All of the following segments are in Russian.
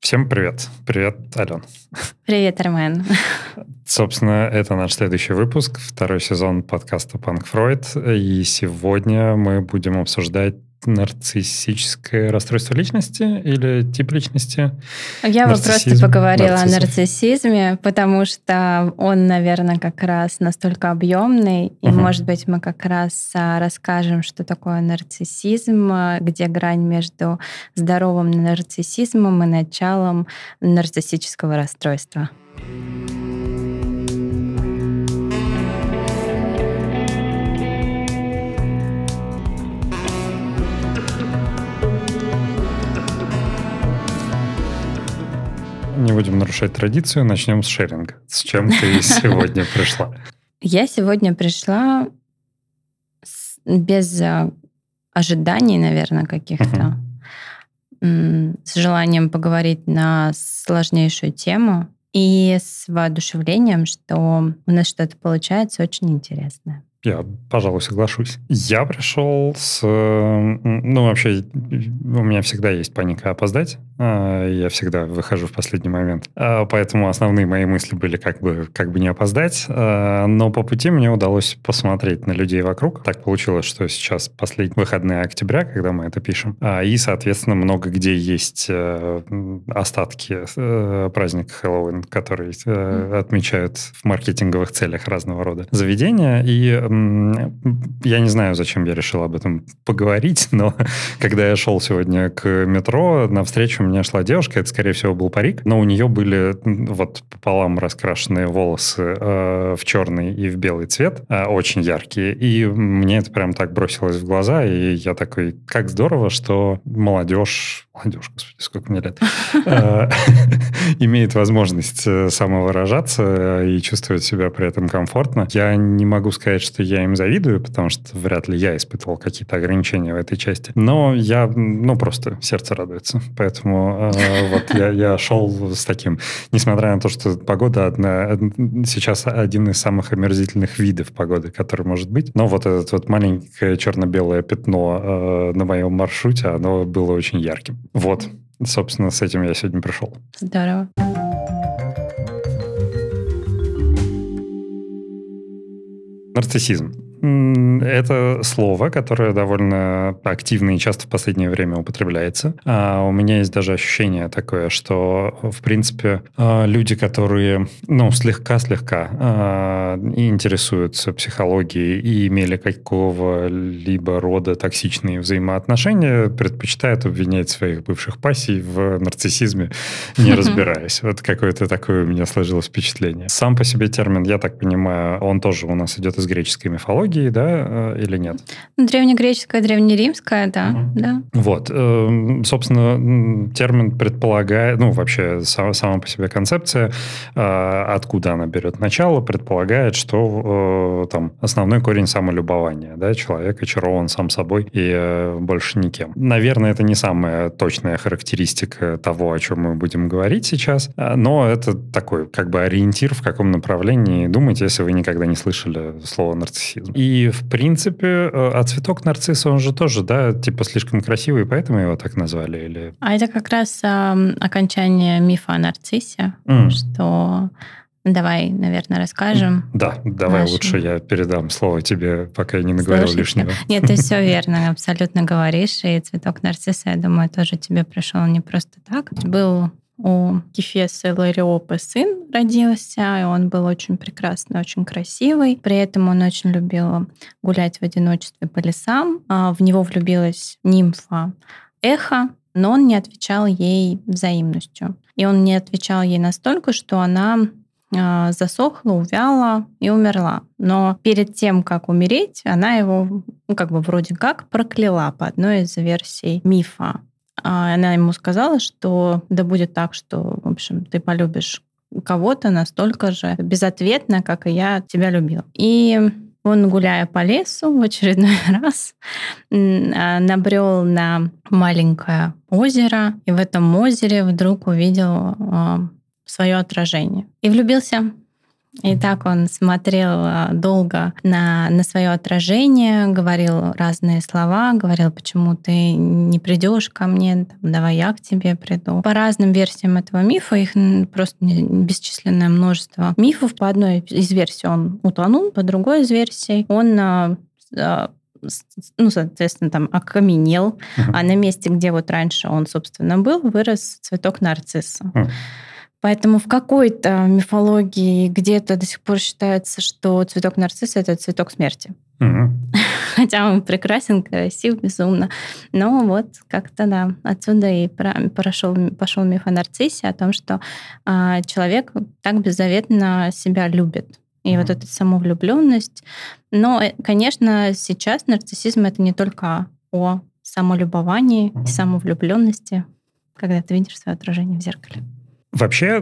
Всем привет. Привет, Ален. Привет, Армен. Собственно, это наш следующий выпуск, второй сезон подкаста «Панк Фройд». И сегодня мы будем обсуждать нарциссическое расстройство личности или тип личности. Я бы просто поговорила о нарциссизме, потому что он, наверное, как раз настолько объемный, и, может быть, мы как раз расскажем, что такое нарциссизм, где грань между здоровым нарциссизмом и началом нарциссического расстройства. Не будем нарушать традицию, начнем с шеринга. С чем ты сегодня пришла? Я сегодня пришла без ожиданий, наверное, каких-то, с желанием поговорить на сложнейшую тему и с воодушевлением, что у нас что-то получается очень интересное. Я, пожалуй, соглашусь. Я пришел с... вообще, у меня всегда есть паника опоздать. Я всегда выхожу в последний момент. Поэтому основные мои мысли были как бы не опоздать. Но по пути мне удалось посмотреть на людей вокруг. Так получилось, что сейчас последние выходные октября, когда мы это пишем. И, соответственно, много где есть остатки праздника Хэллоуин, который отмечают в маркетинговых целях разного рода заведения. И я не знаю, зачем я решил об этом поговорить, но когда я шел сегодня к метро, навстречу меня шла девушка, это, скорее всего, был парик, но у нее были вот пополам раскрашенные волосы в черный и в белый цвет, очень яркие, и мне это прям так бросилось в глаза, и я такой, как здорово, что молодежь, господи, сколько мне лет, имеет возможность самовыражаться и чувствовать себя при этом комфортно. Я не могу сказать, что я им завидую, потому что вряд ли я испытывал какие-то ограничения в этой части. Но я, просто сердце радуется. Поэтому вот я шел с таким, несмотря на то, что погода сейчас один из самых омерзительных видов погоды, который может быть. Но вот это вот маленькое черно-белое пятно на моем маршруте, оно было очень ярким. Вот, собственно, с этим я сегодня пришел. Здорово. Нарциссизм. Это слово, которое довольно активно и часто в последнее время употребляется. У меня есть даже ощущение такое, что, в принципе, люди, которые, слегка-слегка интересуются психологией и имели какого-либо рода токсичные взаимоотношения, предпочитают обвинять своих бывших пассий в нарциссизме, не разбираясь. Вот какое-то такое у меня сложилось впечатление. Сам по себе термин, я так понимаю, он тоже у нас идет из греческой мифологии, да, или нет? Древнегреческая, древнеримская, да. Да. Вот. Собственно, термин предполагает, вообще сама по себе концепция, откуда она берет начало, предполагает, что там основной корень самолюбования, да, человек очарован сам собой и больше никем. Наверное, это не самая точная характеристика того, о чем мы будем говорить сейчас, но это такой как бы ориентир, в каком направлении думать, если вы никогда не слышали слово нарциссизм. И, в принципе, цветок нарцисса, он же тоже, да, типа слишком красивый, поэтому его так назвали? Или... А это как раз окончание мифа о нарциссе, что... Давай, наверное, расскажем. Да, давай лучше я передам слово тебе, пока я не наговорил лишнего. Нет, ты все верно, абсолютно говоришь. И цветок нарцисса, я думаю, тоже тебе пришел не просто так. Был у Кефеса Лариопы сын родился, и он был очень прекрасный, очень красивый. При этом он очень любил гулять в одиночестве по лесам. В него влюбилась нимфа Эхо, но он не отвечал ей взаимностью. И он не отвечал ей настолько, что она засохла, увяла и умерла. Но перед тем, как умереть, она его, вроде как прокляла по одной из версий мифа. Она ему сказала, что да будет так, что, в общем, ты полюбишь кого-то настолько же безответно, как и я тебя любил. И он, гуляя по лесу в очередной раз, набрел на маленькое озеро, и в этом озере вдруг увидел свое отражение. И влюбился. И так он смотрел долго на свое отражение, говорил разные слова, говорил, почему ты не придешь ко мне, там, давай я к тебе приду. По разным версиям этого мифа, их просто бесчисленное множество мифов. По одной из версий он утонул, по другой из версий он соответственно, там окаменел, а на месте, где вот раньше он, собственно, был, вырос цветок нарцисса. Поэтому в какой-то мифологии где-то до сих пор считается, что цветок нарцисса — это цветок смерти. Хотя он прекрасен, красив, безумно. Но вот как-то, да, отсюда и пошел миф о нарциссе, о том, что человек так беззаветно себя любит. И вот эта самовлюбленность. Но, конечно, сейчас нарциссизм — это не только о самолюбовании и самовлюбленности, когда ты видишь свое отражение в зеркале. Вообще,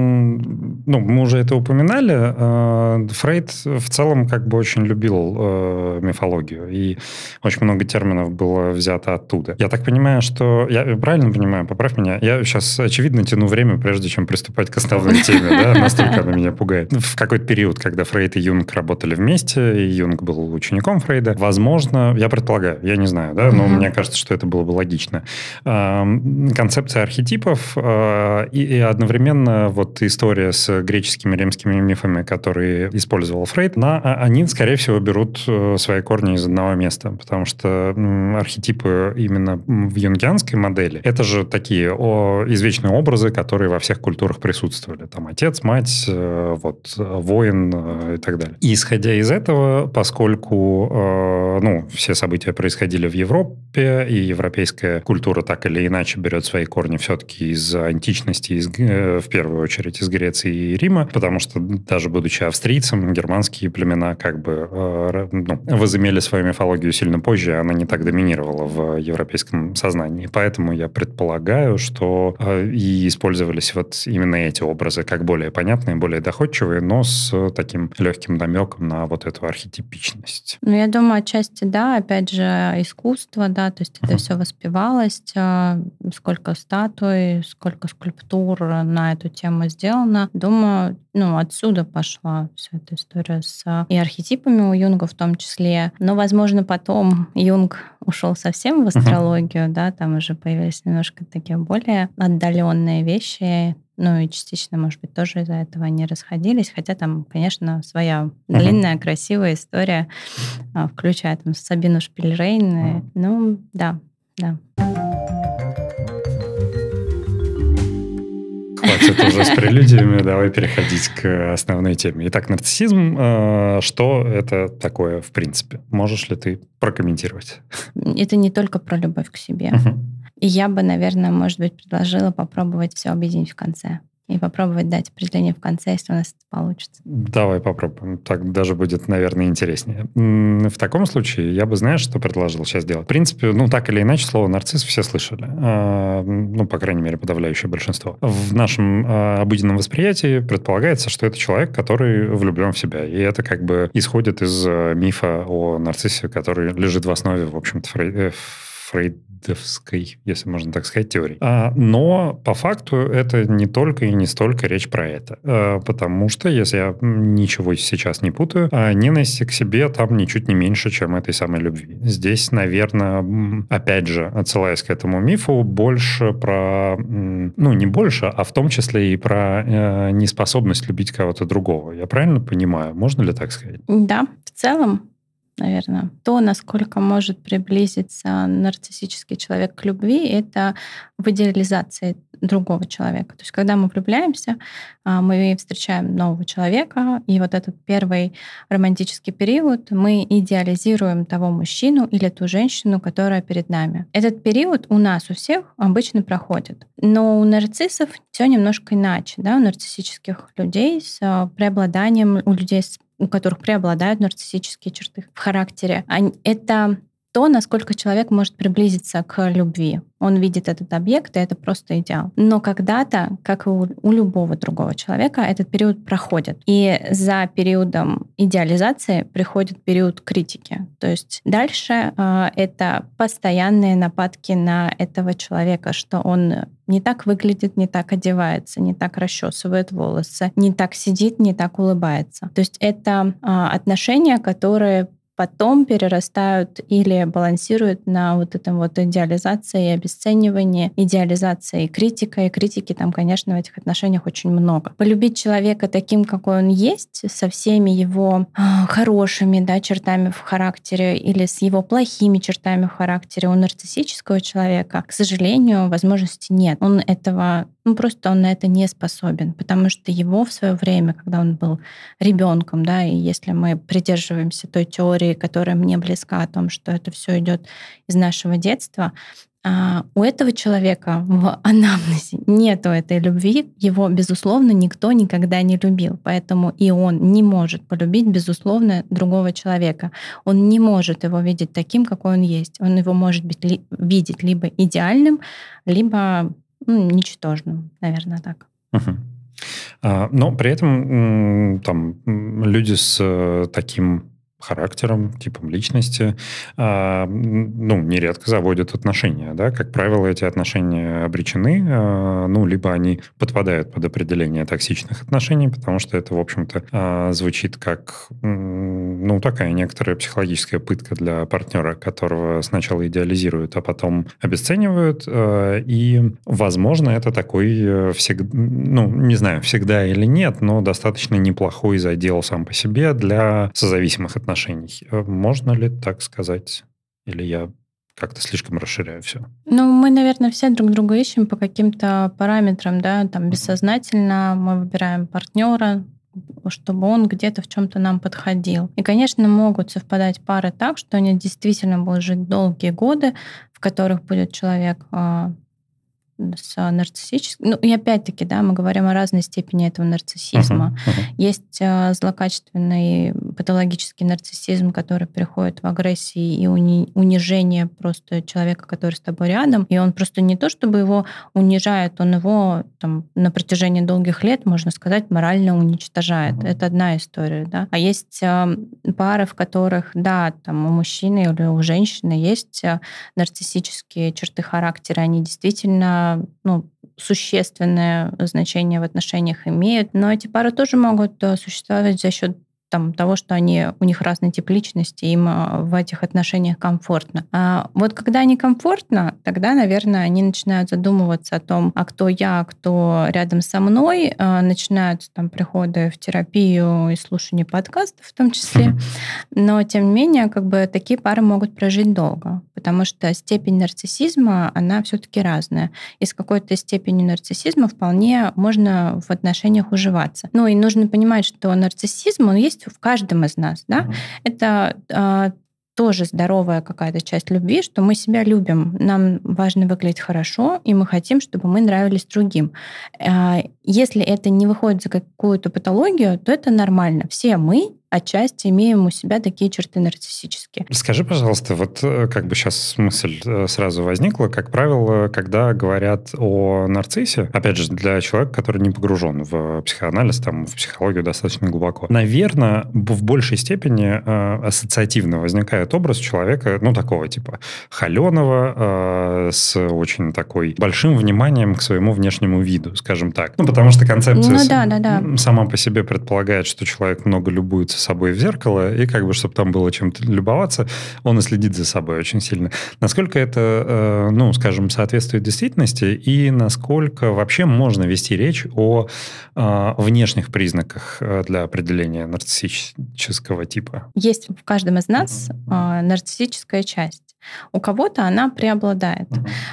мы уже это упоминали, Фрейд в целом как бы очень любил мифологию, и очень много терминов было взято оттуда. Я так понимаю, что... Я правильно понимаю? Поправь меня. Я сейчас, очевидно, тяну время, прежде чем приступать к основной теме, да? Настолько она меня пугает. В какой-то период, когда Фрейд и Юнг работали вместе, и Юнг был учеником Фрейда, возможно, я предполагаю, я не знаю, да, но мне кажется, что это было бы логично. Концепция архетипов и одновременно вот история с греческими, римскими мифами, которые использовал Фрейд, они, скорее всего, берут свои корни из одного места, потому что архетипы именно в юнгианской модели — это же такие извечные образы, которые во всех культурах присутствовали. Там отец, мать, вот, воин и так далее. И исходя из этого, поскольку все события происходили в Европе, и европейская культура так или иначе берет свои корни все-таки из античности, в первую очередь из Греции и Рима, потому что даже будучи австрийцем, германские племена как бы возымели свою мифологию сильно позже, она не так доминировала в европейском сознании. Поэтому я предполагаю, что и использовались вот именно эти образы как более понятные, более доходчивые, но с таким легким намеком на вот эту архетипичность. Я думаю, отчасти да, опять же, искусство, да, то есть это все воспевалось, сколько статуй, сколько скульптур на эту тему сделано. Думаю, отсюда пошла вся эта история с и архетипами у Юнга в том числе. Но, возможно, потом Юнг ушел совсем в астрологию, да, там уже появились немножко такие более отдаленные вещи. И частично, может быть, тоже из-за этого они расходились. Хотя там, конечно, своя длинная, красивая история, включая там Сабину Шпильрейн. Да. Хватит уже с прелюдиями, давай переходить к основной теме. Итак, нарциссизм, что это такое в принципе? Можешь ли ты прокомментировать? Это не только про любовь к себе. И я бы, наверное, может быть, предложила попробовать все объединить в конце. И попробовать дать определение в конце, если у нас это получится. Давай попробуем. Так даже будет, наверное, интереснее. В таком случае я бы, знаешь, что предложил сейчас делать? В принципе, так или иначе, слово «нарцисс» все слышали. По крайней мере, подавляющее большинство. В нашем обыденном восприятии предполагается, что это человек, который влюблен в себя. И это как бы исходит из мифа о нарциссе, который лежит в основе, в общем-то, фрейдовской, если можно так сказать, теории. Но по факту это не только и не столько речь про это. Потому что, если я ничего сейчас не путаю, ненависть к себе там ничуть не меньше, чем этой самой любви. Здесь, наверное, опять же, отсылаясь к этому мифу, больше про... не больше, а в том числе и про неспособность любить кого-то другого. Я правильно понимаю? Можно ли так сказать? Да, в целом. Наверное, то, насколько может приблизиться нарциссический человек к любви, это в идеализации другого человека. То есть, когда мы влюбляемся, мы встречаем нового человека, и вот этот первый романтический период мы идеализируем того мужчину или ту женщину, которая перед нами. Этот период у нас у всех обычно проходит. Но у нарциссов все немножко иначе. Да? У нарциссических людей с преобладанием, у людей, у которых преобладают нарциссические черты в характере. Это то, насколько человек может приблизиться к любви. Он видит этот объект, и это просто идеал. Но когда-то, как и у любого другого человека, этот период проходит. И за периодом идеализации приходит период критики. То есть дальше это постоянные нападки на этого человека, что он не так выглядит, не так одевается, не так расчесывает волосы, не так сидит, не так улыбается. То есть это отношения, которые потом перерастают или балансируют на вот этом вот идеализации и обесценивании, идеализации и критика. И критики там, конечно, в этих отношениях очень много. Полюбить человека таким, какой он есть, со всеми его хорошими, да, чертами в характере или с его плохими чертами в характере у нарциссического человека, к сожалению, возможности нет. Он этого просто он на это не способен, потому что его в свое время, когда он был ребенком, да, и если мы придерживаемся той теории, которая мне близка о том, что это все идет из нашего детства, у этого человека в анамнезе нету этой любви, его, безусловно, никто никогда не любил, поэтому и он не может полюбить, безусловно, другого человека. Он не может его видеть таким, какой он есть. Он его может видеть либо идеальным, либо ничтожным, наверное, так. Но при этом там люди с таким характером, типом личности, нередко заводят отношения, да, как правило, эти отношения обречены, либо они подпадают под определение токсичных отношений, потому что это, в общем-то, звучит как, такая некоторая психологическая пытка для партнера, которого сначала идеализируют, а потом обесценивают, и, возможно, это такой не знаю, всегда или нет, но достаточно неплохой задел сам по себе для созависимых отношений. Можно ли так сказать? Или я как-то слишком расширяю все? Мы, наверное, все друг друга ищем по каким-то параметрам, да, там бессознательно мы выбираем партнера, чтобы он где-то в чем-то нам подходил. И, конечно, могут совпадать пары так, что они действительно будут жить долгие годы, в которых будет человек с нарциссическим. И опять-таки, да, мы говорим о разной степени этого нарциссизма. Есть злокачественный патологический нарциссизм, который переходит в агрессии и унижение просто человека, который с тобой рядом. И он просто не то, чтобы его унижает, он его там, на протяжении долгих лет, можно сказать, морально уничтожает. Это одна история. Да? А есть пары, в которых, да, там у мужчины или у женщины есть нарциссические черты характера, они действительно существенное значение в отношениях имеют. Но эти пары тоже могут существовать за счет того, что у них разный тип личности, им в этих отношениях комфортно. А вот когда некомфортно, тогда, наверное, они начинают задумываться о том, а кто я, а кто рядом со мной, начинаются приходы в терапию и слушание подкастов в том числе. Но, тем не менее, такие пары могут прожить долго, потому что степень нарциссизма, она все-таки разная. И с какой-то степенью нарциссизма вполне можно в отношениях уживаться. И нужно понимать, что нарциссизм, он есть в каждом из нас. Да? Это тоже здоровая какая-то часть любви, что мы себя любим. Нам важно выглядеть хорошо, и мы хотим, чтобы мы нравились другим. Если это не выходит за какую-то патологию, то это нормально. Все мы отчасти имеем у себя такие черты нарциссические. Скажи, пожалуйста, вот сейчас мысль сразу возникла. Как правило, когда говорят о нарциссе, опять же, для человека, который не погружен в психоанализ, в психологию достаточно глубоко, наверное, в большей степени ассоциативно возникает образ человека, такого типа холеного, с очень такой большим вниманием к своему внешнему виду, скажем так. Потому что концепция сама по себе предполагает, что человек много любуется собой в зеркало, и чтобы там было чем-то любоваться, он и следит за собой очень сильно. Насколько это, соответствует действительности, и насколько вообще можно вести речь о внешних признаках для определения нарциссического типа? Есть в каждом из нас нарциссическая часть. У кого-то она преобладает.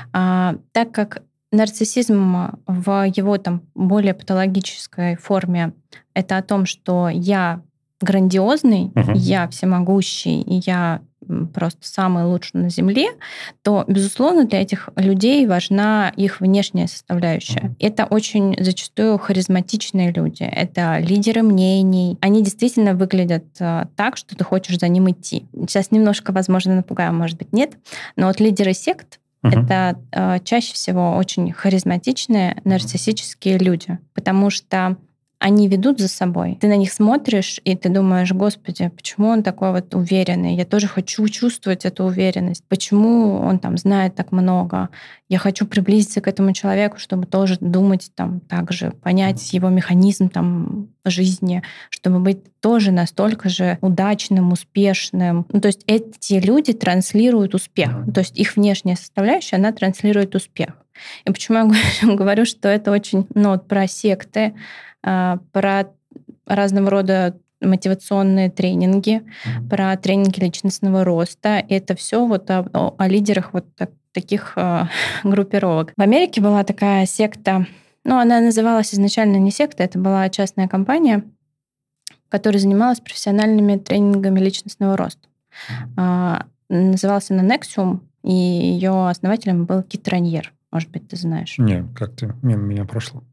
Так как нарциссизм в его более патологической форме это о том, что я грандиозный, я всемогущий, и я просто самые лучшие на Земле, то, безусловно, для этих людей важна их внешняя составляющая. Это очень зачастую харизматичные люди, это лидеры мнений. Они действительно выглядят так, что ты хочешь за ним идти. Сейчас немножко, возможно, напугаю, может быть, нет, но вот лидеры сект — это чаще всего очень харизматичные, нарциссические люди, потому что они ведут за собой. Ты на них смотришь, и ты думаешь: Господи, почему он такой вот уверенный? Я тоже хочу чувствовать эту уверенность. Почему он там знает так много? Я хочу приблизиться к этому человеку, чтобы тоже думать там так же, понять его механизм там жизни, чтобы быть тоже настолько же удачным, успешным. Ну, то есть эти люди транслируют успех. То есть их внешняя составляющая, она транслирует успех. И почему я говорю, что это очень, про секты, про разного рода мотивационные тренинги, про тренинги личностного роста. И это все вот о лидерах вот таких группировок. В Америке была такая секта, она называлась изначально не секта, это была частная компания, которая занималась профессиональными тренингами личностного роста. Называлась она Nexium, и ее основателем был Кит Раньер. Может быть, ты знаешь. Не, как-то мимо меня прошло.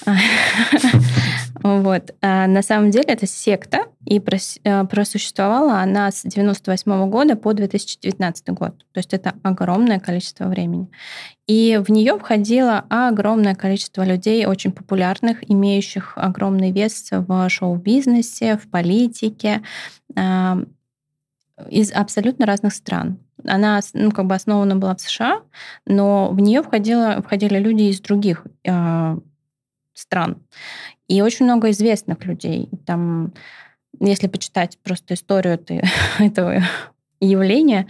Вот. На самом деле это секта, и просуществовала она с 1998 года по 2019 год. То есть это огромное количество времени. И в нее входило огромное количество людей, очень популярных, имеющих огромный вес в шоу-бизнесе, в политике, из абсолютно разных стран. Она основана была в США, но в нее входили люди из других стран. И очень много известных людей. Там, если почитать просто историю этого явления,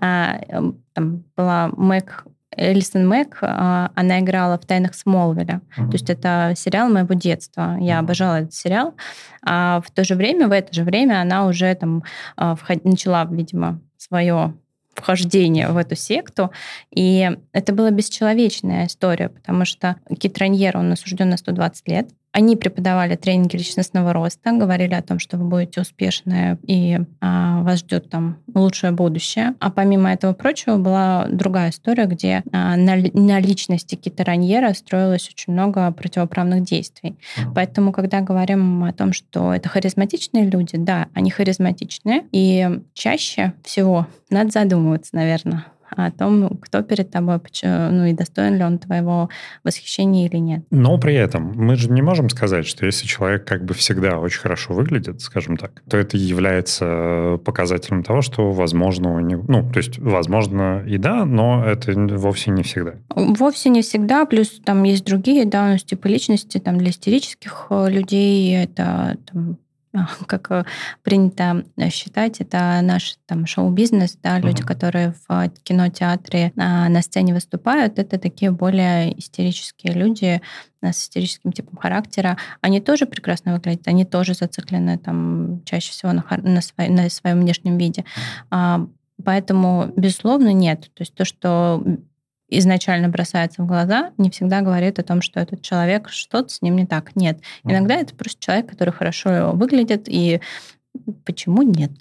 там была Элисон Мэг, она играла в «Тайнах Смолвиля». То есть это сериал моего детства. Я обожала этот сериал. А в это же время она уже там начала, видимо, свое вхождение в эту секту. И это была бесчеловечная история, потому что Кит Раньер, он осужден на 120 лет. Они преподавали тренинги личностного роста, говорили о том, что вы будете успешны и вас ждет там лучшее будущее. А помимо этого прочего была другая история, где на личности Кита Раньера строилось очень много противоправных действий. Поэтому, когда говорим о том, что это харизматичные люди, да, они харизматичные, и чаще всего надо задумываться, наверное, о том, кто перед тобой, и достоин ли он твоего восхищения или нет. Но при этом мы же не можем сказать, что если человек как бы всегда очень хорошо выглядит, скажем так, то это является показателем того, что возможно у него... то есть, возможно, и да, но это вовсе не всегда. Вовсе не всегда. Плюс там есть другие типы личности. Там для истерических людей это... как принято считать, это наш там шоу-бизнес, да, люди, которые в кинотеатре на сцене выступают, это такие более истерические люди с истерическим типом характера. Они тоже прекрасно выглядят, они тоже зациклены там чаще всего на своем внешнем виде. Поэтому, безусловно, нет. То есть то, что изначально бросается в глаза, не всегда говорит о том, что этот человек, что-то с ним не так. Нет. Иногда это просто человек, который хорошо выглядит, и почему нет?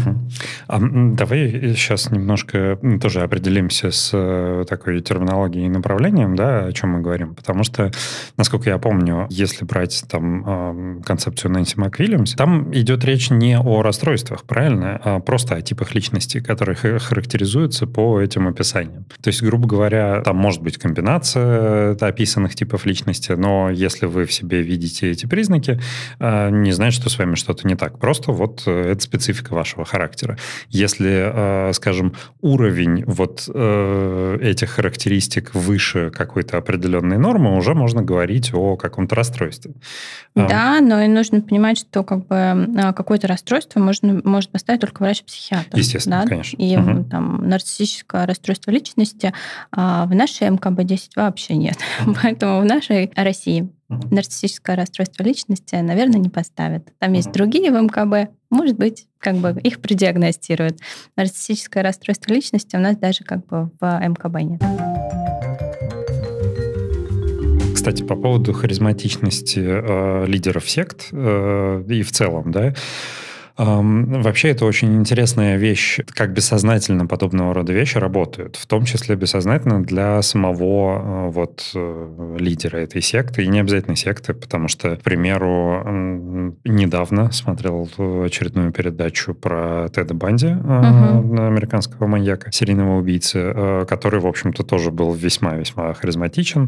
Давай сейчас немножко тоже определимся с такой терминологией и направлением, да, о чем мы говорим. Потому что, насколько я помню, если брать там концепцию Нэнси МакВильямс, там идет речь не о расстройствах, правильно? А просто о типах личности, которые характеризуются по этим описаниям. То есть, грубо говоря, там может быть комбинация описанных типов личности, но если вы в себе видите эти признаки, не значит, что с вами что-то не так. Просто вот это специфика вашего характера. Если, скажем, уровень вот этих характеристик выше какой-то определенной нормы, уже можно говорить о каком-то расстройстве. Да, но и нужно понимать, что как бы какое-то расстройство может поставить только врач-психиатр. Естественно, да? конечно. И там нарциссическое расстройство личности в нашей МКБ-10 вообще нет. Поэтому в нашей России нарциссическое расстройство личности, наверное, не поставят. Там есть другие в МКБ, может быть, как бы их продиагностируют. Нарциссическое расстройство личности у нас даже как бы в МКБ нет. Кстати, по поводу харизматичности лидеров сект и в целом, да, Вообще, это очень интересная вещь, как бессознательно подобного рода вещи работают, в том числе бессознательно для самого лидера этой секты, и не обязательно секты, потому что, к примеру, недавно смотрел очередную передачу про Теда Банди, американского маньяка, серийного убийцы, который, в общем-то, тоже был весьма-весьма харизматичен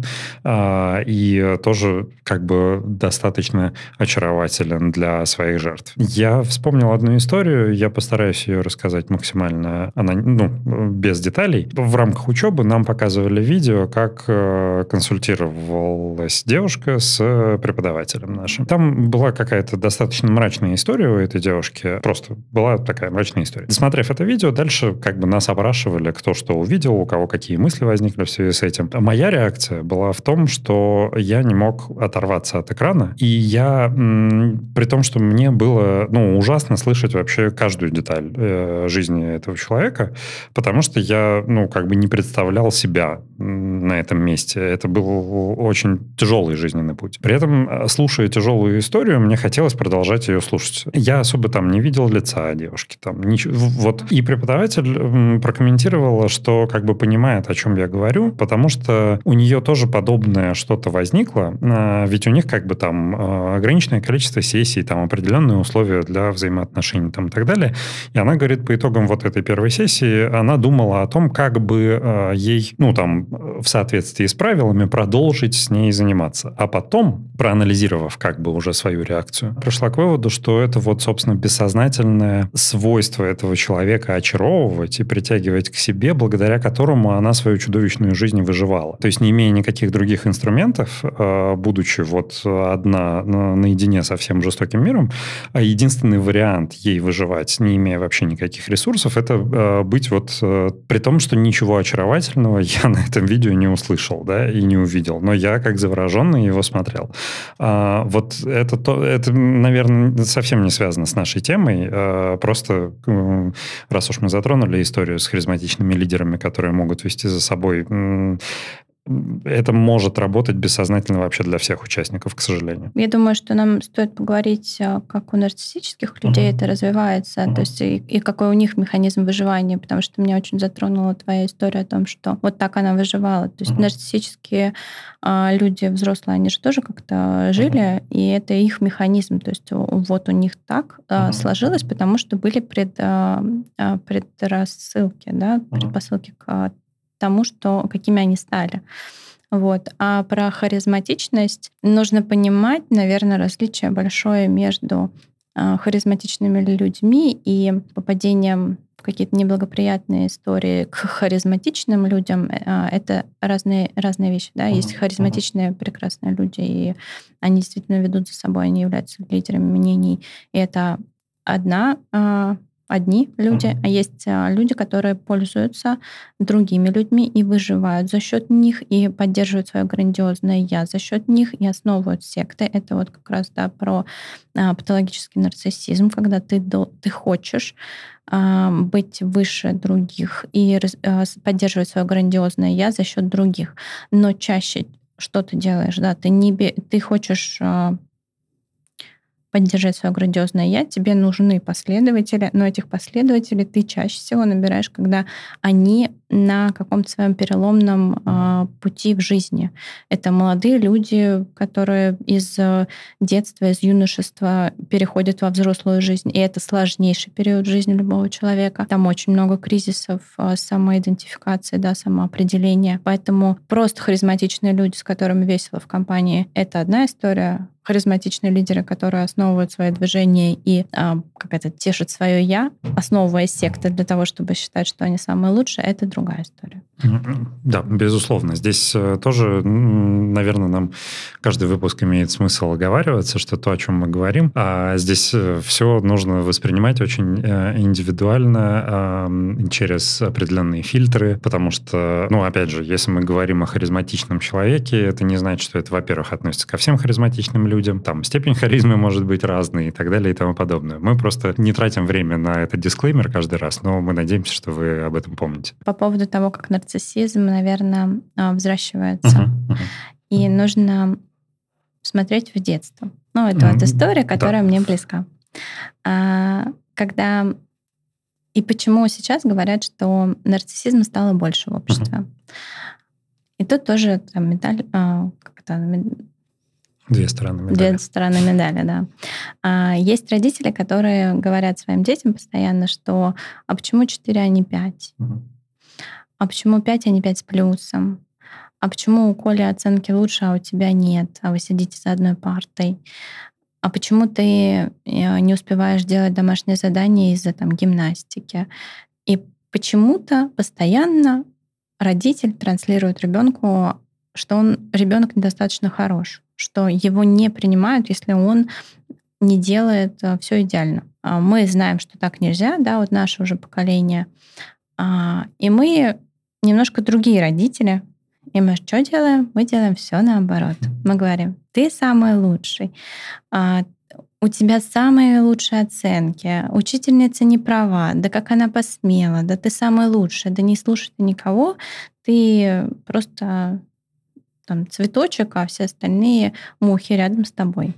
и тоже как бы достаточно очарователен для своих жертв. Я вспомнил одну историю, я постараюсь ее рассказать максимально, без деталей. В рамках учебы нам показывали видео, как консультировалась девушка с преподавателем нашим. Там была какая-то достаточно мрачная история у этой девушки, просто была такая мрачная история. Досмотрев это видео, дальше как бы нас опрашивали, кто что увидел, у кого какие мысли возникли в связи с этим. Моя реакция была в том, что я не мог оторваться от экрана, и я, при том, что мне было, ужасно слышать вообще каждую деталь жизни этого человека, потому что я, не представлял себя на этом месте. Это был очень тяжелый жизненный путь. При этом, слушая тяжелую историю, мне хотелось продолжать ее слушать. Я особо там не видел лица девушки. Там, ничего, вот. И преподаватель прокомментировала, что как бы понимает, о чем я говорю, потому что у нее тоже подобное что-то возникло, ведь у них как бы там ограниченное количество сессий, там определенные условия для взаимоотношений там, и так далее. И она говорит, по итогам вот этой первой сессии она думала о том, как бы ей, в соответствии с правилами продолжить с ней заниматься. А потом, проанализировав как бы уже свою реакцию, пришла к выводу, что это вот, собственно, бессознательное свойство этого человека очаровывать и притягивать к себе, благодаря которому она свою чудовищную жизнь выживала. То есть, не имея никаких других инструментов, будучи вот одна наедине со всем жестоким миром, единственный вариант ей выживать, не имея вообще никаких ресурсов, это быть при том, что ничего очаровательного я на этом видео не услышал, да, и не увидел. Но я, как завороженный, его смотрел. Вот это, наверное, совсем не связано с нашей темой. Просто, раз уж мы затронули историю с харизматичными лидерами, которые могут вести за собой, это может работать бессознательно вообще для всех участников, к сожалению. Я думаю, что нам стоит поговорить, как у нарциссических людей это развивается, то есть и какой у них механизм выживания, потому что меня очень затронула твоя история о том, что вот так она выживала. То есть нарциссические люди взрослые, они же тоже как-то жили, и это их механизм. То есть вот у них так сложилось, потому что были предрассылки, да, предпосылки к тому, какими они стали. Вот. А про харизматичность нужно понимать, наверное, различие большое между харизматичными людьми и попадением в какие-то неблагоприятные истории к харизматичным людям. Это разные вещи. Да? Есть харизматичные прекрасные люди, и они действительно ведут за собой, они являются лидерами мнений. И это одни люди, а есть люди, которые пользуются другими людьми и выживают за счет них, и поддерживают свое грандиозное «я» за счет них, и основывают секты. Это вот как раз про патологический нарциссизм, когда ты хочешь быть выше других и поддерживать свое грандиозное «я» за счет других. Но чаще что ты делаешь? Да? Ты хочешь поддержать свое грандиозное «я», тебе нужны последователи, но этих последователей ты чаще всего набираешь, когда они на каком-то своем переломном пути в жизни. Это молодые люди, которые из детства, из юношества переходят во взрослую жизнь, и это сложнейший период жизни любого человека. Там очень много кризисов самоидентификации, да, самоопределения. Поэтому просто харизматичные люди, с которыми весело в компании, это одна история. Харизматичные лидеры, которые основывают свои движения и тешат свое «я», основывая секты для того, чтобы считать, что они самые лучшие, это другая история. Да, безусловно. Здесь тоже, наверное, нам каждый выпуск имеет смысл оговариваться, что то, о чем мы говорим, здесь все нужно воспринимать очень индивидуально, через определенные фильтры, потому что, опять же, если мы говорим о харизматичном человеке, это не значит, что это, во-первых, относится ко всем харизматичным людям, там степень харизмы может быть разной и так далее и тому подобное. Мы просто не тратим время на этот дисклеймер каждый раз, но мы надеемся, что вы об этом помните. По поводу того, как нарциссизм, наверное, взращивается. И нужно смотреть в детство. Это вот история, которая мне близка. Когда и почему сейчас говорят, что нарциссизма стало больше в обществе. И тут тоже там медаль, Две стороны медали. Две стороны медали, да. Есть родители, которые говорят своим детям постоянно, что «а почему 4, а не 5? А почему 5, а не 5 с плюсом? А почему у Коли оценки лучше, а у тебя нет? А вы сидите за одной партой? А почему ты не успеваешь делать домашнее задание из-за там гимнастики?» И почему-то постоянно родитель транслирует ребенку, что он ребенок недостаточно хорош, что его не принимают, если он не делает все идеально. Мы знаем, что так нельзя, да, вот наше уже поколение. И мы немножко другие родители. И мы что делаем? Мы делаем все наоборот. Мы говорим: ты самый лучший, у тебя самые лучшие оценки, учительница не права, да как она посмела, да ты самый лучший, да не слушай ты никого, ты просто там цветочек, а все остальные мухи рядом с тобой.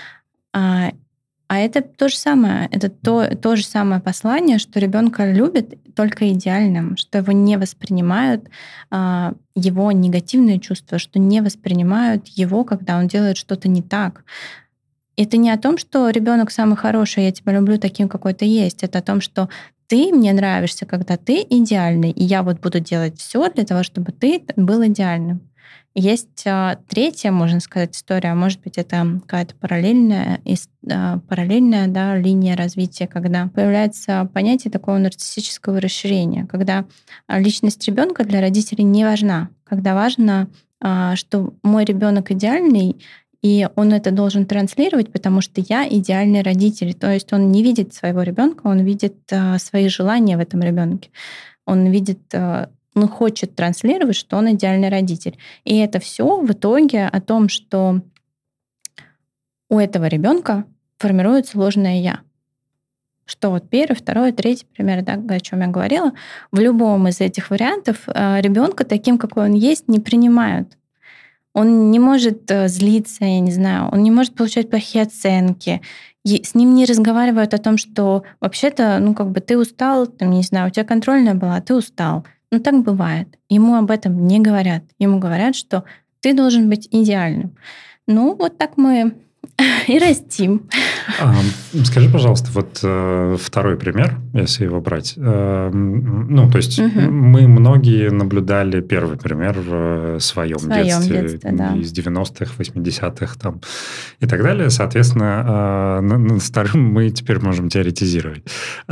А это то же самое, это то же самое послание, что ребенка любят только идеальным, что его не воспринимают, его негативные чувства, что не воспринимают его, когда он делает что-то не так. Это не о том, что ребенок самый хороший, я тебя люблю таким, какой ты есть. Это о том, что ты мне нравишься, когда ты идеальный, и я вот буду делать все для того, чтобы ты был идеальным. Есть третья, можно сказать, история, может быть, это какая-то параллельная да, линия развития, когда появляется понятие такого нарциссического расширения, когда личность ребенка для родителей не важна, когда важно, что мой ребенок идеальный, и он это должен транслировать, потому что я идеальный родитель. То есть он не видит своего ребенка, он видит свои желания в этом ребенке. Он видит, он хочет транслировать, что он идеальный родитель. И это все в итоге о том, что у этого ребенка формируется ложное я. Что вот первый, второй, третий пример, да, о чем я говорила, в любом из этих вариантов ребенка таким, какой он есть, не принимают. Он не может злиться, я не знаю, он не может получать плохие оценки. С ним не разговаривают о том, что вообще-то, ты устал, там, не знаю, у тебя контрольная была, а ты устал. Так бывает. Ему об этом не говорят. Ему говорят, что ты должен быть идеальным. Вот так мы и растим. Скажи, пожалуйста, вот второй пример, если его брать. То есть мы многие наблюдали первый пример в своем детстве да. из 90-х, 80-х там, и так далее. Соответственно, над вторым мы теперь можем теоретизировать.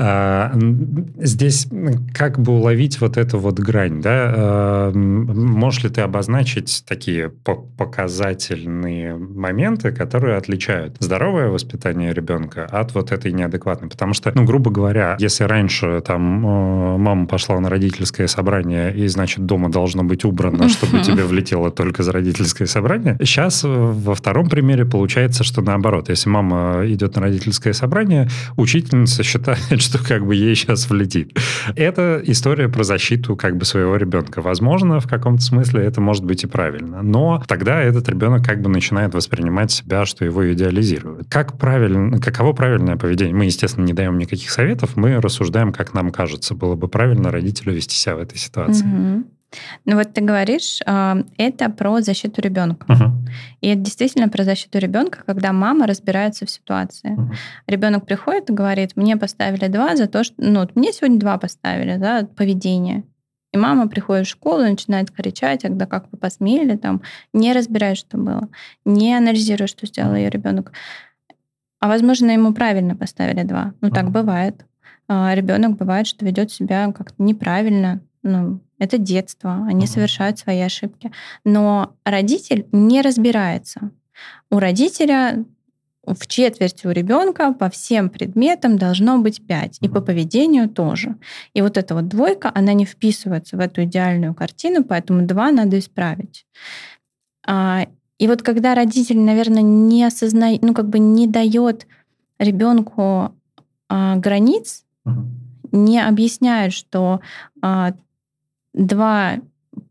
Здесь как бы уловить вот эту вот грань, да? Можешь ли ты обозначить такие показательные моменты, которые отличают здоровое воспитание ребенка от вот этой неадекватной? Потому что, грубо говоря, если раньше там мама пошла на родительское собрание, и, значит, дома должно быть убрано, чтобы тебе влетело только за родительское собрание, сейчас во втором примере получается, что наоборот. Если мама идет на родительское собрание, учительница считает, что как бы ей сейчас влетит. Это история про защиту как бы своего ребенка. Возможно, в каком-то смысле это может быть и правильно, но тогда этот ребенок как бы начинает воспринимать себя, что его идеализируют. Каково правильное поведение? Мы, естественно, не даем никаких советов, мы рассуждаем, как нам кажется, было бы правильно родителю вести себя в этой ситуации. Вот ты говоришь, это про защиту ребенка. И это действительно про защиту ребенка, когда мама разбирается в ситуации. Ребенок приходит и говорит: мне поставили 2 за то, что... мне сегодня 2 поставили, да, поведение. И мама приходит в школу и начинает кричать: а да как вы посмели, там, не разбирая, что было, не анализируя, что сделал ее ребенок. А возможно, ему правильно поставили 2. Так бывает. Ребенок бывает, что ведет себя как-то неправильно. Это детство, они совершают свои ошибки. Но родитель не разбирается. У родителя в четверти у ребенка по всем предметам должно быть 5. И по поведению тоже. И вот эта вот 2, она не вписывается в эту идеальную картину, поэтому 2 надо исправить. И вот когда родитель, наверное, не осознает, не дает ребенку границ, не объясняет, что 2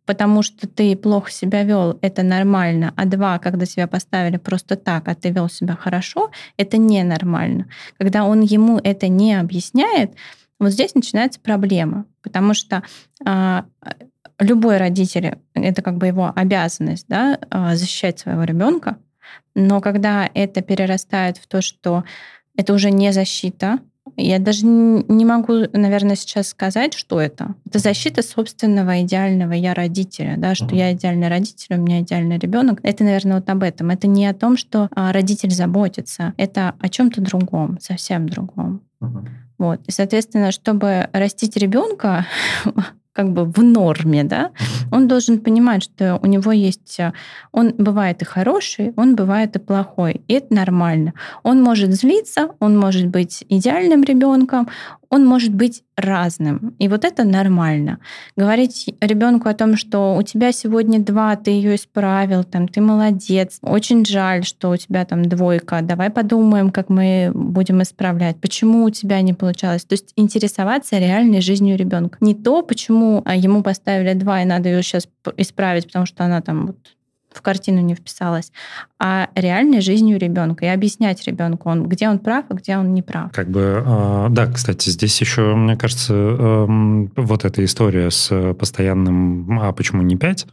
потому что ты плохо себя вел, это нормально, а 2, когда тебя поставили просто так, а ты вел себя хорошо, это ненормально. Когда он ему это не объясняет, вот здесь начинается проблема, потому что любой родитель, это как бы его обязанность, да, защищать своего ребенка, но когда это перерастает в то, что это уже не защита, я даже не могу, наверное, сейчас сказать, что это. Это защита собственного идеального я родителя, да, что я идеальный родитель, у меня идеальный ребенок. Это, наверное, вот об этом. Это не о том, что родитель заботится, это о чем-то другом, совсем другом. Вот. И, соответственно, чтобы растить ребенка как бы в норме, да, он должен понимать, что у него есть... Он бывает и хороший, он бывает и плохой. И это нормально. Он может злиться, он может быть идеальным ребенком, он может быть разным. И вот это нормально. Говорить ребенку о том, что у тебя сегодня 2, ты ее исправил, там, ты молодец, очень жаль, что у тебя там 2, давай подумаем, как мы будем исправлять, почему у тебя не получалось. То есть интересоваться реальной жизнью ребенка. Не то, почему ему поставили 2, и надо ее сейчас исправить, потому что она там вот в картину не вписалась, а реальной жизнью ребенка и объяснять ребенку, где он прав, а где он не прав. Как бы, да, кстати, здесь еще, мне кажется, вот эта история с постоянным «а почему не 5?»,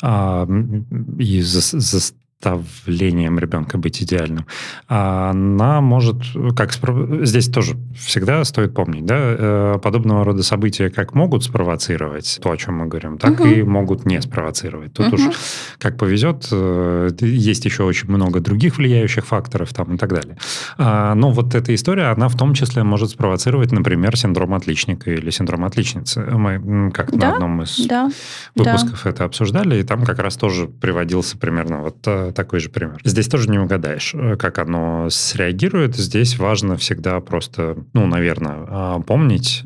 и заставлением ребенка быть идеальным, она может, здесь тоже всегда стоит помнить, да, подобного рода события как могут спровоцировать то, о чем мы говорим, так и могут не спровоцировать. Тут уж как повезет, есть еще очень много других влияющих факторов там и так далее. Но вот эта история, она в том числе может спровоцировать, например, синдром отличника или синдром отличницы. Мы как-то на одном из выпусков это обсуждали, и там как раз тоже приводился примерно вот такой же пример. Здесь тоже не угадаешь, как оно среагирует. Здесь важно всегда просто, наверное, помнить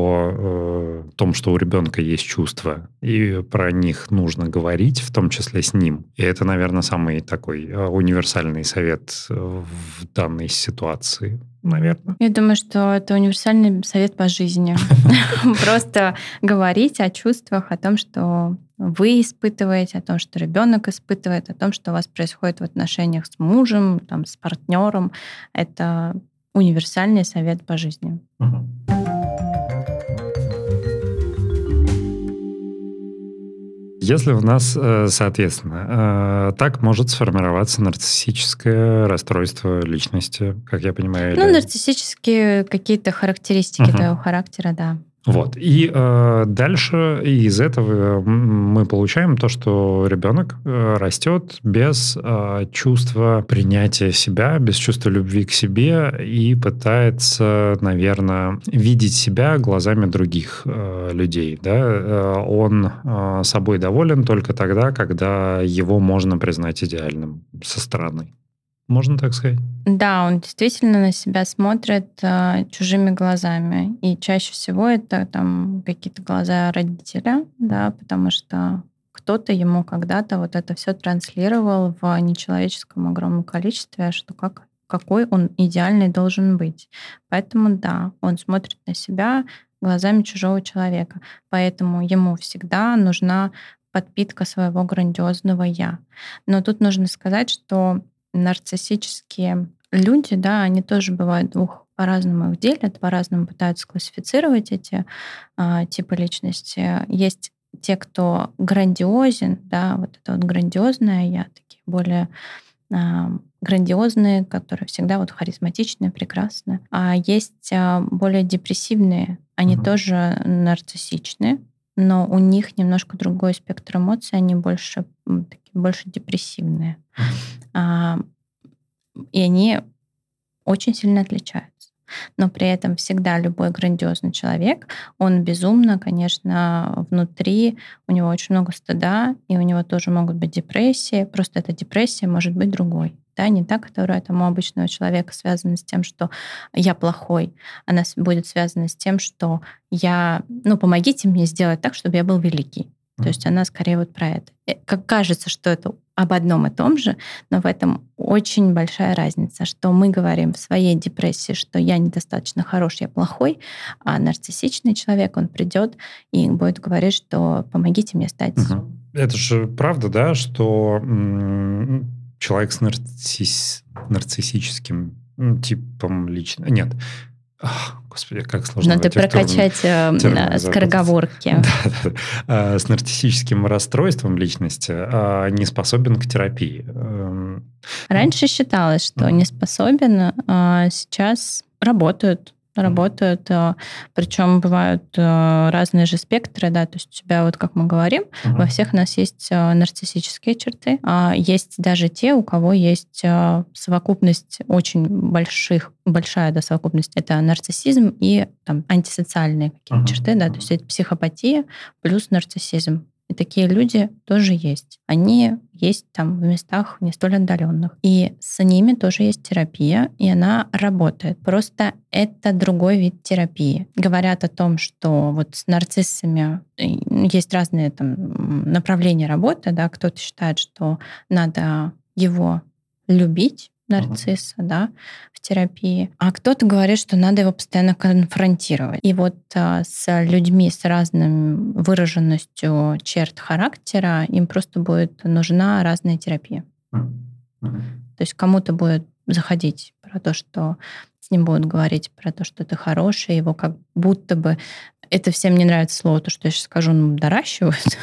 о том, что у ребенка есть чувства, и про них нужно говорить, в том числе с ним. И это, наверное, самый такой универсальный совет в данной ситуации, наверное. Я думаю, что это универсальный совет по жизни. Просто говорить о чувствах, о том, что вы испытываете, о том, что ребенок испытывает, о том, что у вас происходит в отношениях с мужем, там, с партнером. Это универсальный совет по жизни. Если у нас, соответственно, так может сформироваться нарциссическое расстройство личности, как я понимаю. Нарциссические какие-то характеристики твоего характера, да. Вот. И дальше из этого мы получаем то, что ребенок растет без чувства принятия себя, без чувства любви к себе и пытается, наверное, видеть себя глазами других людей. Да? Он собой доволен только тогда, когда его можно признать идеальным со стороны. Можно так сказать? Да, он действительно на себя смотрит чужими глазами. И чаще всего это там какие-то глаза родителя, да, потому что кто-то ему когда-то вот это все транслировал в нечеловеческом огромном количестве, что какой он идеальный должен быть. Поэтому да, он смотрит на себя глазами чужого человека. Поэтому ему всегда нужна подпитка своего грандиозного «я». Но тут нужно сказать, что нарциссические люди, да, они тоже бывают по-разному их делят, по-разному пытаются классифицировать эти типы личности. Есть те, кто грандиозен, да, вот это вот грандиозное я, такие более грандиозные, которые всегда вот харизматичные, прекрасные. А есть более депрессивные, они тоже нарциссичны, но у них немножко другой спектр эмоций, они больше депрессивные. И они очень сильно отличаются. Но при этом всегда любой грандиозный человек, он безумно, конечно, внутри, у него очень много стыда, и у него тоже могут быть депрессии, просто эта депрессия может быть другой. Да, не та, которая там у обычного человека связана с тем, что я плохой. Она будет связана с тем, что помогите мне сделать так, чтобы я был великий. То есть она скорее вот про это. Как кажется, что это об одном и том же, но в этом очень большая разница, что мы говорим в своей депрессии, что я недостаточно хорош, я плохой, а нарциссичный человек, он придет и будет говорить, что помогите мне стать это же правда, да, что человек с нарциссическим типом лично... Нет. Господи, как сложно в Надо этих прокачать терминах запутаться. скороговорки. Да. С нарциссическим расстройством личности не способен к терапии. Раньше считалось, что не способен, а сейчас работают, причем бывают разные же спектры, да, то есть у тебя, вот как мы говорим, во всех у нас есть нарциссические черты, а есть даже те, у кого есть совокупность очень большая, да, совокупность, это нарциссизм и там антисоциальные какие-то черты, да, то есть это психопатия плюс нарциссизм. И такие люди тоже есть. Они есть там в местах не столь отдаленных. И с ними тоже есть терапия, и она работает. Просто это другой вид терапии. Говорят о том, что вот с нарциссами есть разные там направления работы, да, кто-то считает, что надо его любить, нарцисса, да, в терапии. А кто-то говорит, что надо его постоянно конфронтировать. И вот с людьми с разной выраженностью черт характера им просто будет нужна разная терапия. То есть кому-то будет заходить про то, что с ним будут говорить про то, что ты хороший, его как будто бы... Это всем не нравится слово, то, что я сейчас скажу, доращивают.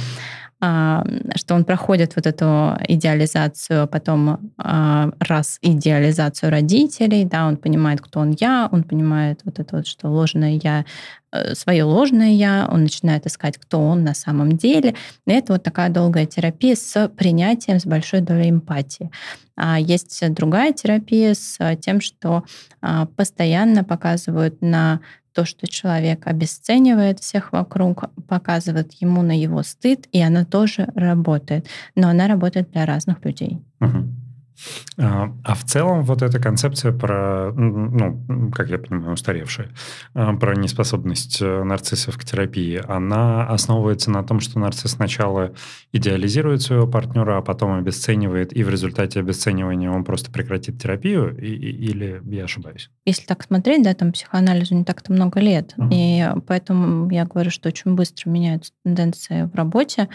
Что он проходит вот эту идеализацию, потом раз идеализацию родителей, да, он понимает, кто он он понимает вот это вот, что ложное я, свое ложное я, он начинает искать, кто он на самом деле. И это вот такая долгая терапия с принятием, с большой долей эмпатии. А есть другая терапия с тем, что постоянно показывают на то, что человек обесценивает всех вокруг, показывает ему на его стыд, и она тоже работает. Но она работает для разных людей. А в целом вот эта концепция про, как я понимаю, устаревшая, про неспособность нарциссов к терапии, она основывается на том, что нарцисс сначала идеализирует своего партнера, а потом обесценивает, и в результате обесценивания он просто прекратит терапию, или я ошибаюсь? Если так смотреть, да, там психоанализу не так-то много лет, и поэтому я говорю, что очень быстро меняются тенденции в работе.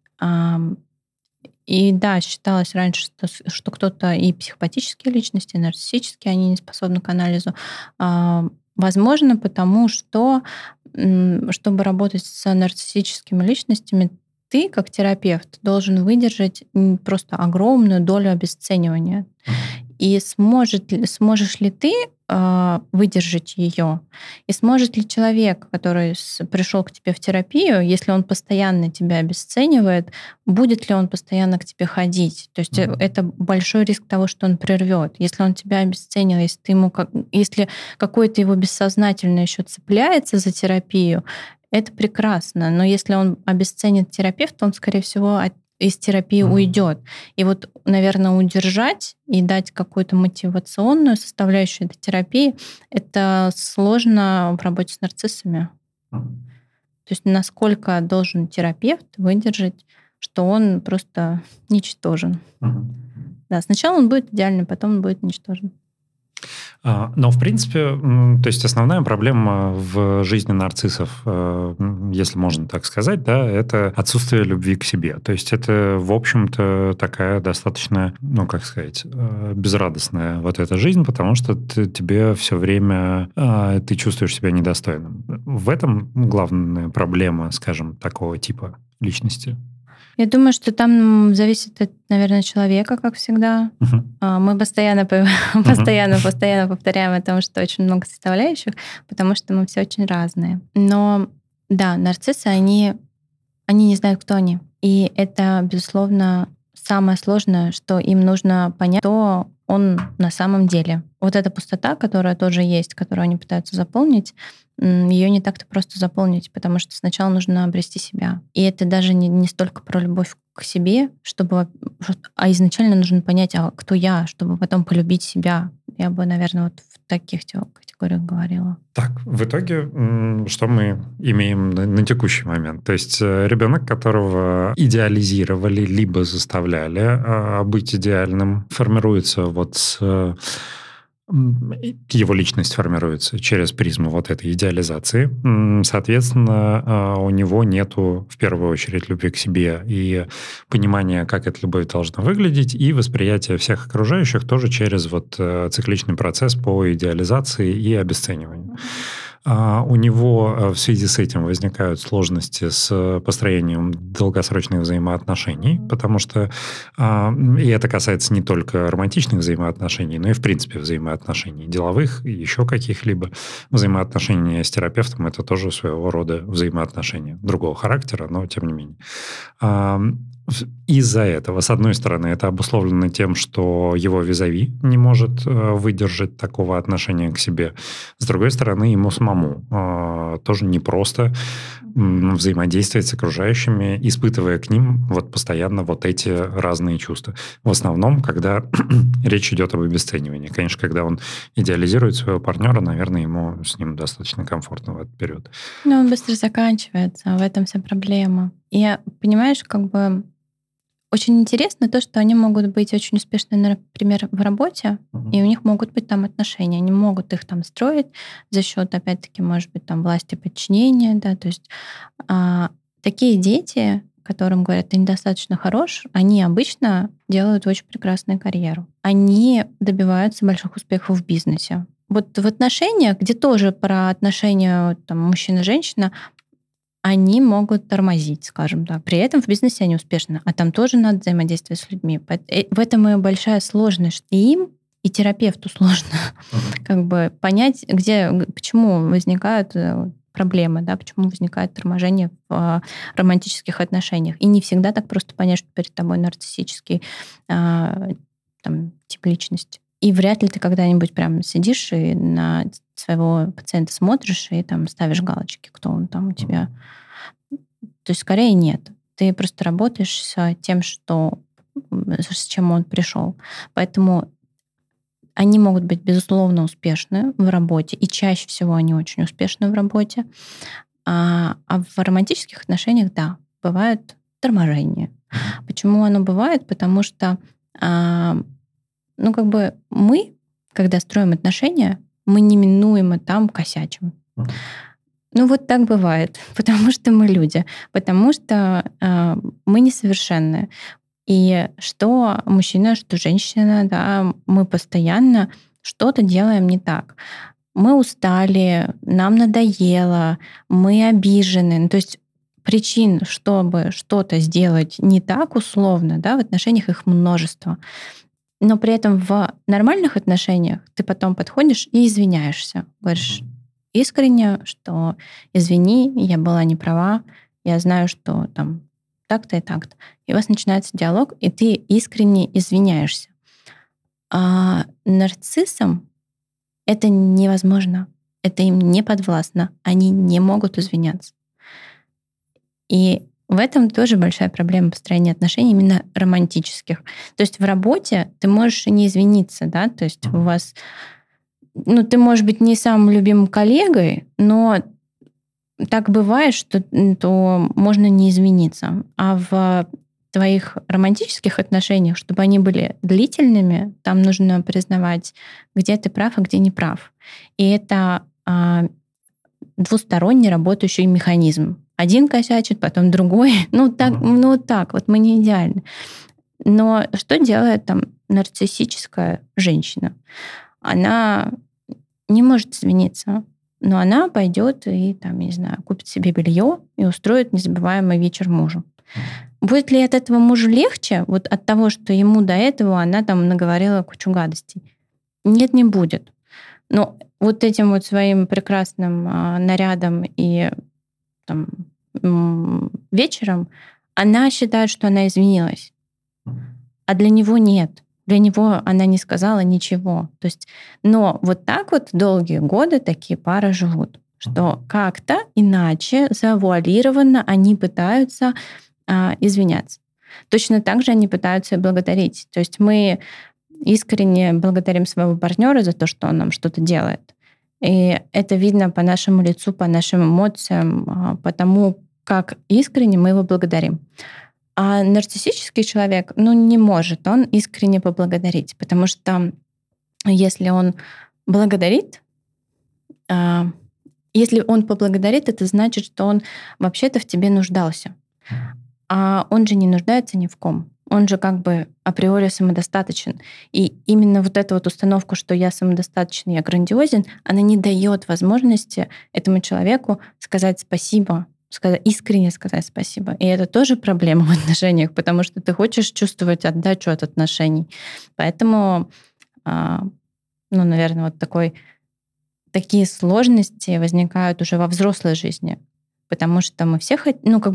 И да, считалось раньше, что кто-то и психопатические личности, и нарциссические, они не способны к анализу. Возможно, потому что, чтобы работать с нарциссическими личностями, ты, как терапевт, должен выдержать просто огромную долю обесценивания. И сможешь ли ты выдержать ее? И сможет ли человек, который пришел к тебе в терапию, если он постоянно тебя обесценивает, будет ли он постоянно к тебе ходить? То есть это большой риск того, что он прервет. Если он тебя обесценил, если какое-то его бессознательное еще цепляется за терапию, это прекрасно. Но если он обесценит терапевта, он, скорее всего, из терапии уйдет. И вот, наверное, удержать и дать какую-то мотивационную составляющую этой терапии, это сложно в работе с нарциссами. То есть насколько должен терапевт выдержать, что он просто ничтожен. Да, сначала он будет идеальным, потом он будет ничтожен. Но, в принципе, то есть основная проблема в жизни нарциссов, если можно так сказать, да, это отсутствие любви к себе. То есть это, в общем-то, такая достаточно, безрадостная вот эта жизнь, потому что тебе все время ты чувствуешь себя недостойным. В этом главная проблема, скажем, такого типа личности. Я думаю, что там зависит от, наверное, человека, как всегда. Мы постоянно повторяем о том, что очень много составляющих, потому что мы все очень разные. Но да, нарциссы, они не знают, кто они. И это, безусловно, самое сложное, что им нужно понять, кто он на самом деле. Вот эта пустота, которая тоже есть, которую они пытаются заполнить, ее не так-то просто заполнить, потому что сначала нужно обрести себя. И это даже не столько про любовь к себе, а изначально нужно понять, кто я, чтобы потом полюбить себя. Я бы, наверное, вот в таких категориях говорила. Так, в итоге, что мы имеем на текущий момент? То есть ребенок, которого идеализировали, либо заставляли быть идеальным, формируется вот с Его личность формируется через призму вот этой идеализации. Соответственно, у него нету, в первую очередь, любви к себе и понимания, как эта любовь должна выглядеть, и восприятие всех окружающих тоже через вот цикличный процесс по идеализации и обесцениванию. У него в связи с этим возникают сложности с построением долгосрочных взаимоотношений, потому что, и это касается не только романтичных взаимоотношений, но и, в принципе, взаимоотношений деловых и еще каких-либо. Взаимоотношения с терапевтом — это тоже своего рода взаимоотношения другого характера, но тем не менее. Из-за этого, с одной стороны, это обусловлено тем, что его визави не может выдержать такого отношения к себе. С другой стороны, ему самому тоже непросто взаимодействовать с окружающими, испытывая к ним вот постоянно вот эти разные чувства. В основном, когда речь идет об обесценивании. Конечно, когда он идеализирует своего партнера, наверное, ему с ним достаточно комфортно в этот период. Но он быстро заканчивается, в этом вся проблема. И, понимаешь, как бы очень интересно то, что они могут быть очень успешны, например, в работе, и у них могут быть там отношения. Они могут их там строить за счет, опять-таки, может быть, там власти подчинения, да, то есть такие дети, которым говорят, ты недостаточно хорош, они обычно делают очень прекрасную карьеру. Они добиваются больших успехов в бизнесе. Вот в отношениях, где тоже про отношения там, мужчина-женщина, они могут тормозить, скажем так. При этом в бизнесе они успешны, а там тоже надо взаимодействовать с людьми. В этом и большая сложность. И им, и терапевту сложно как бы понять, почему возникают проблемы, да, почему возникает торможение в романтических отношениях. И не всегда так просто понять, что перед тобой нарциссический тип личности. И вряд ли ты когда-нибудь прям сидишь и на своего пациента смотришь и там ставишь галочки, кто он там у тебя. То есть скорее нет. Ты просто работаешь с тем, с чем он пришел. Поэтому они могут быть, безусловно, успешны в работе, и чаще всего они очень успешны в работе. А в романтических отношениях, да, бывает торможение. Почему оно бывает? Потому что мы, когда строим отношения, мы неминуемо там косячим. Вот так бывает, потому что мы люди, потому что мы несовершенны. И что мужчина, что женщина, да, мы постоянно что-то делаем не так. Мы устали, нам надоело, мы обижены. То есть причин, чтобы что-то сделать не так условно, да, в отношениях их множество. Но при этом в нормальных отношениях ты потом подходишь и извиняешься. Говоришь искренне, что извини, я была не права, я знаю, что там так-то и так-то. И у вас начинается диалог, и ты искренне извиняешься. А нарциссам это невозможно. Это им не подвластно. Они не могут извиняться. И в этом тоже большая проблема построения отношений именно романтических. То есть в работе ты можешь не извиниться, да, то есть у вас, ты можешь быть не самым любимым коллегой, но так бывает, что то можно не извиниться. А в твоих романтических отношениях, чтобы они были длительными, там нужно признавать, где ты прав, а где не прав. И это двусторонний работающий механизм. Один косячит, потом другой. Так, мы не идеальны. Но что делает там нарциссическая женщина? Она не может извиниться, но она пойдет и там, не знаю, купит себе белье и устроит незабываемый вечер мужу. Будет ли от этого мужу легче, вот от того, что ему до этого она там наговорила кучу гадостей? Нет, не будет. Но вот этим вот своим прекрасным нарядом и там, вечером она считает, что она извинилась. А для него нет. Для него она не сказала ничего. То есть, но вот так вот долгие годы такие пары живут, что как-то иначе, завуалированно они пытаются извиняться. Точно так же они пытаются и благодарить. То есть мы искренне благодарим своего партнера за то, что он нам что-то делает. И это видно по нашему лицу, по нашим эмоциям, по тому, как искренне мы его благодарим. А нарциссический человек, не может он искренне поблагодарить, потому что если он благодарит, если он поблагодарит, это значит, что он вообще-то в тебе нуждался. А он же не нуждается ни в ком. Он же как бы априори самодостаточен. И именно вот эта вот установка, что я самодостаточен, я грандиозен, она не дает возможности этому человеку сказать спасибо, искренне сказать спасибо. И это тоже проблема в отношениях, потому что ты хочешь чувствовать отдачу от отношений. Поэтому, наверное, такие сложности возникают уже во взрослой жизни. Потому что мы все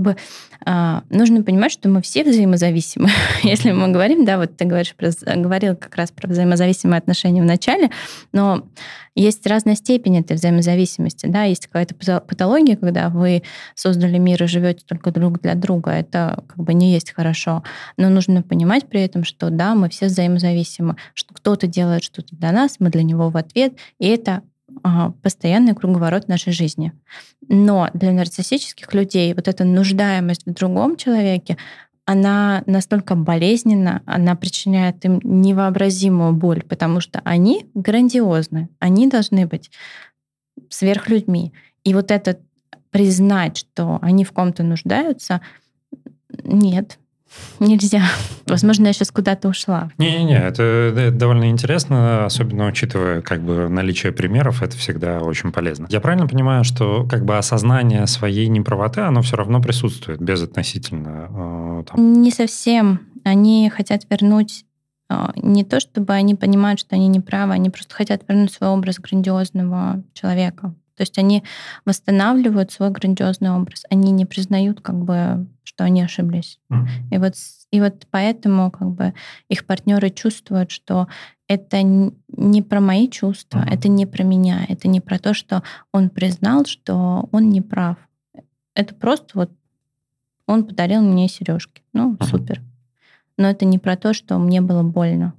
нужно понимать, что мы все взаимозависимы. Если мы говорим, да, вот ты говорил как раз про взаимозависимые отношения в начале, но есть разная степень этой взаимозависимости, да, есть какая-то патология, когда вы создали мир и живете только друг для друга, это как бы не есть хорошо, но нужно понимать при этом, что да, мы все взаимозависимы, что кто-то делает что-то для нас, мы для него в ответ, и это постоянный круговорот нашей жизни. Но для нарциссических людей вот эта нуждаемость в другом человеке, она настолько болезненна, она причиняет им невообразимую боль, потому что они грандиозны, они должны быть сверхлюдьми. И вот это признать, что они в ком-то нуждаются, нет, нельзя. Возможно, я сейчас куда-то ушла. Не-не-не, это довольно интересно, особенно учитывая как бы наличие примеров, это всегда очень полезно. Я правильно понимаю, что как бы осознание своей неправоты, оно все равно присутствует безотносительно? Не совсем. Они хотят вернуть не то, чтобы они понимают, что они неправы, они просто хотят вернуть свой образ грандиозного человека. То есть они восстанавливают свой грандиозный образ, они не признают, как бы, что они ошиблись. И вот поэтому как бы их партнеры чувствуют, что это не про мои чувства, это не про меня, это не про то, что он признал, что он не прав. Это просто вот он подарил мне сережки. Супер. Но это не про то, что мне было больно.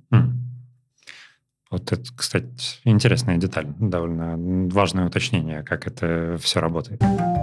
Вот это, кстати, интересная деталь, довольно важное уточнение, как это все работает.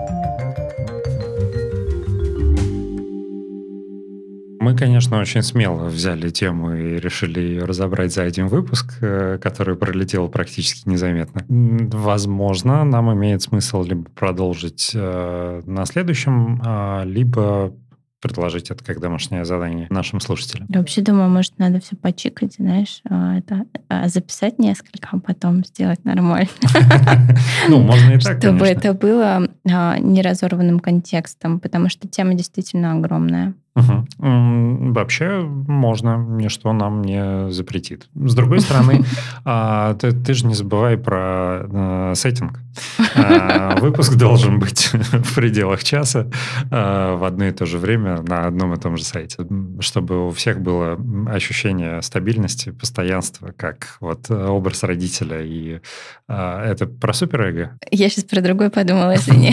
Мы, конечно, очень смело взяли тему и решили ее разобрать за один выпуск, который пролетел практически незаметно. Возможно, нам имеет смысл либо продолжить на следующем, либо предложить это как домашнее задание нашим слушателям. Я вообще думаю, может, надо все почикать, знаешь, записать несколько, а потом сделать нормально. Можно и так, чтобы это было неразорванным контекстом, потому что тема действительно огромная. Вообще можно, ничто нам не запретит. С другой стороны, ты же не забывай про сеттинг. Выпуск должен быть в пределах часа в одно и то же время на одном и том же сайте, чтобы у всех было ощущение стабильности, постоянства, как вот образ родителя. И это про суперэго? Я сейчас про другое подумала, извини.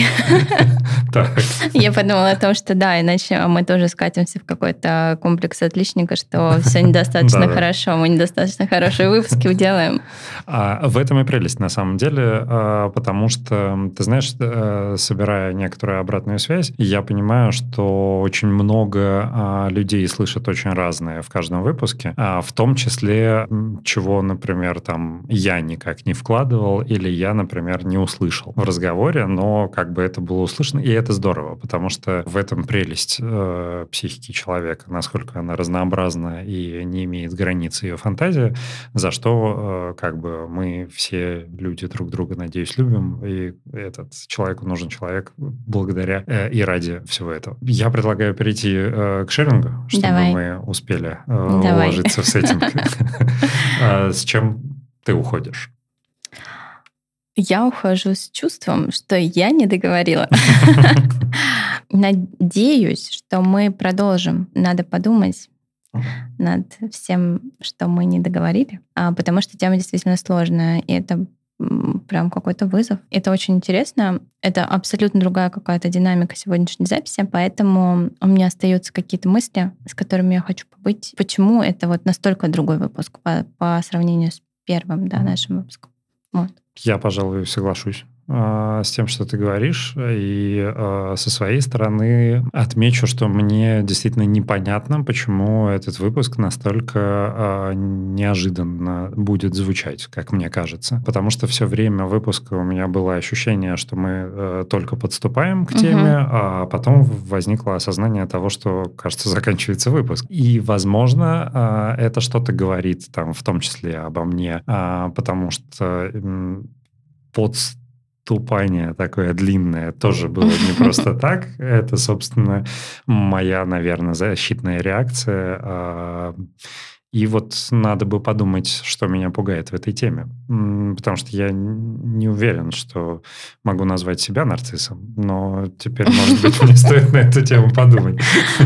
Я подумала о том, что да, иначе мы тоже скатимся в какой-то комплекс отличника, что все недостаточно хорошо, мы недостаточно хорошие выпуски делаем. В этом и прелесть, на самом деле, потому что, ты знаешь, собирая некоторую обратную связь, я понимаю, что очень много людей слышат очень разное в каждом выпуске, в том числе, чего, например, там я никак не вкладывал или я, например, не услышал в разговоре, но как бы это было услышано, и это здорово, потому что в этом прелесть психики человека, насколько она разнообразна и не имеет границ ее фантазия, за что как бы мы все люди друг друга, надеюсь, любим, и этот человеку нужен человек благодаря и ради всего этого. Я предлагаю перейти к шерингу, чтобы мы успели уложиться в сеттинг. С чем ты уходишь? Я ухожу с чувством, что я не договорила. Надеюсь, что мы продолжим. Надо подумать над всем, что мы не договорили, потому что тема действительно сложная, и это прям какой-то вызов. Это очень интересно. Это абсолютно другая какая-то динамика сегодняшней записи, поэтому у меня остаются какие-то мысли, с которыми я хочу побыть. Почему это вот настолько другой выпуск по сравнению с первым нашим выпуском? Вот. Я, пожалуй, соглашусь. с тем, что ты говоришь, и со своей стороны отмечу, что мне действительно непонятно, почему этот выпуск настолько неожиданно будет звучать, как мне кажется. Потому что все время выпуска у меня было ощущение, что мы только подступаем к теме, а потом возникло осознание того, что, кажется, заканчивается выпуск. И, возможно, это что-то говорит, там, в том числе обо мне, потому что подступание такое длинное тоже было не просто так. Это, собственно, моя, наверное, защитная реакция. И вот надо бы подумать, что меня пугает в этой теме. Потому что я не уверен, что могу назвать себя нарциссом, но теперь, может быть, мне стоит на эту тему подумать.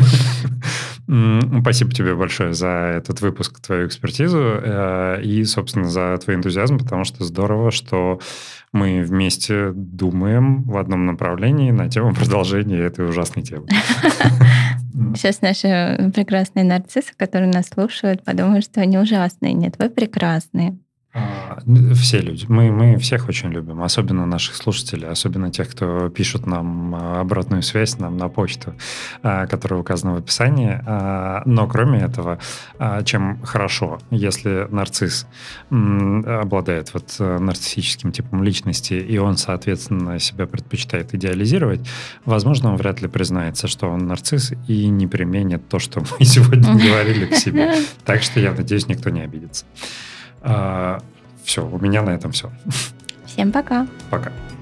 Спасибо тебе большое за этот выпуск, твою экспертизу и, собственно, за твой энтузиазм, потому что здорово, что мы вместе думаем в одном направлении на тему продолжения этой ужасной темы. Сейчас наши прекрасные нарциссы, которые нас слушают, подумают, что они ужасные. Нет, вы прекрасные. Все люди. Мы всех очень любим, особенно наших слушателей, особенно тех, кто пишут нам обратную связь нам на почту, которая указана в описании. Но кроме этого, чем хорошо, если нарцисс обладает вот нарциссическим типом личности, и он, соответственно, себя предпочитает идеализировать, возможно, он вряд ли признается, что он нарцисс, и не применит то, что мы сегодня говорили, к себе. Так что я надеюсь, никто не обидится. Все, у меня на этом все. Всем пока. Пока.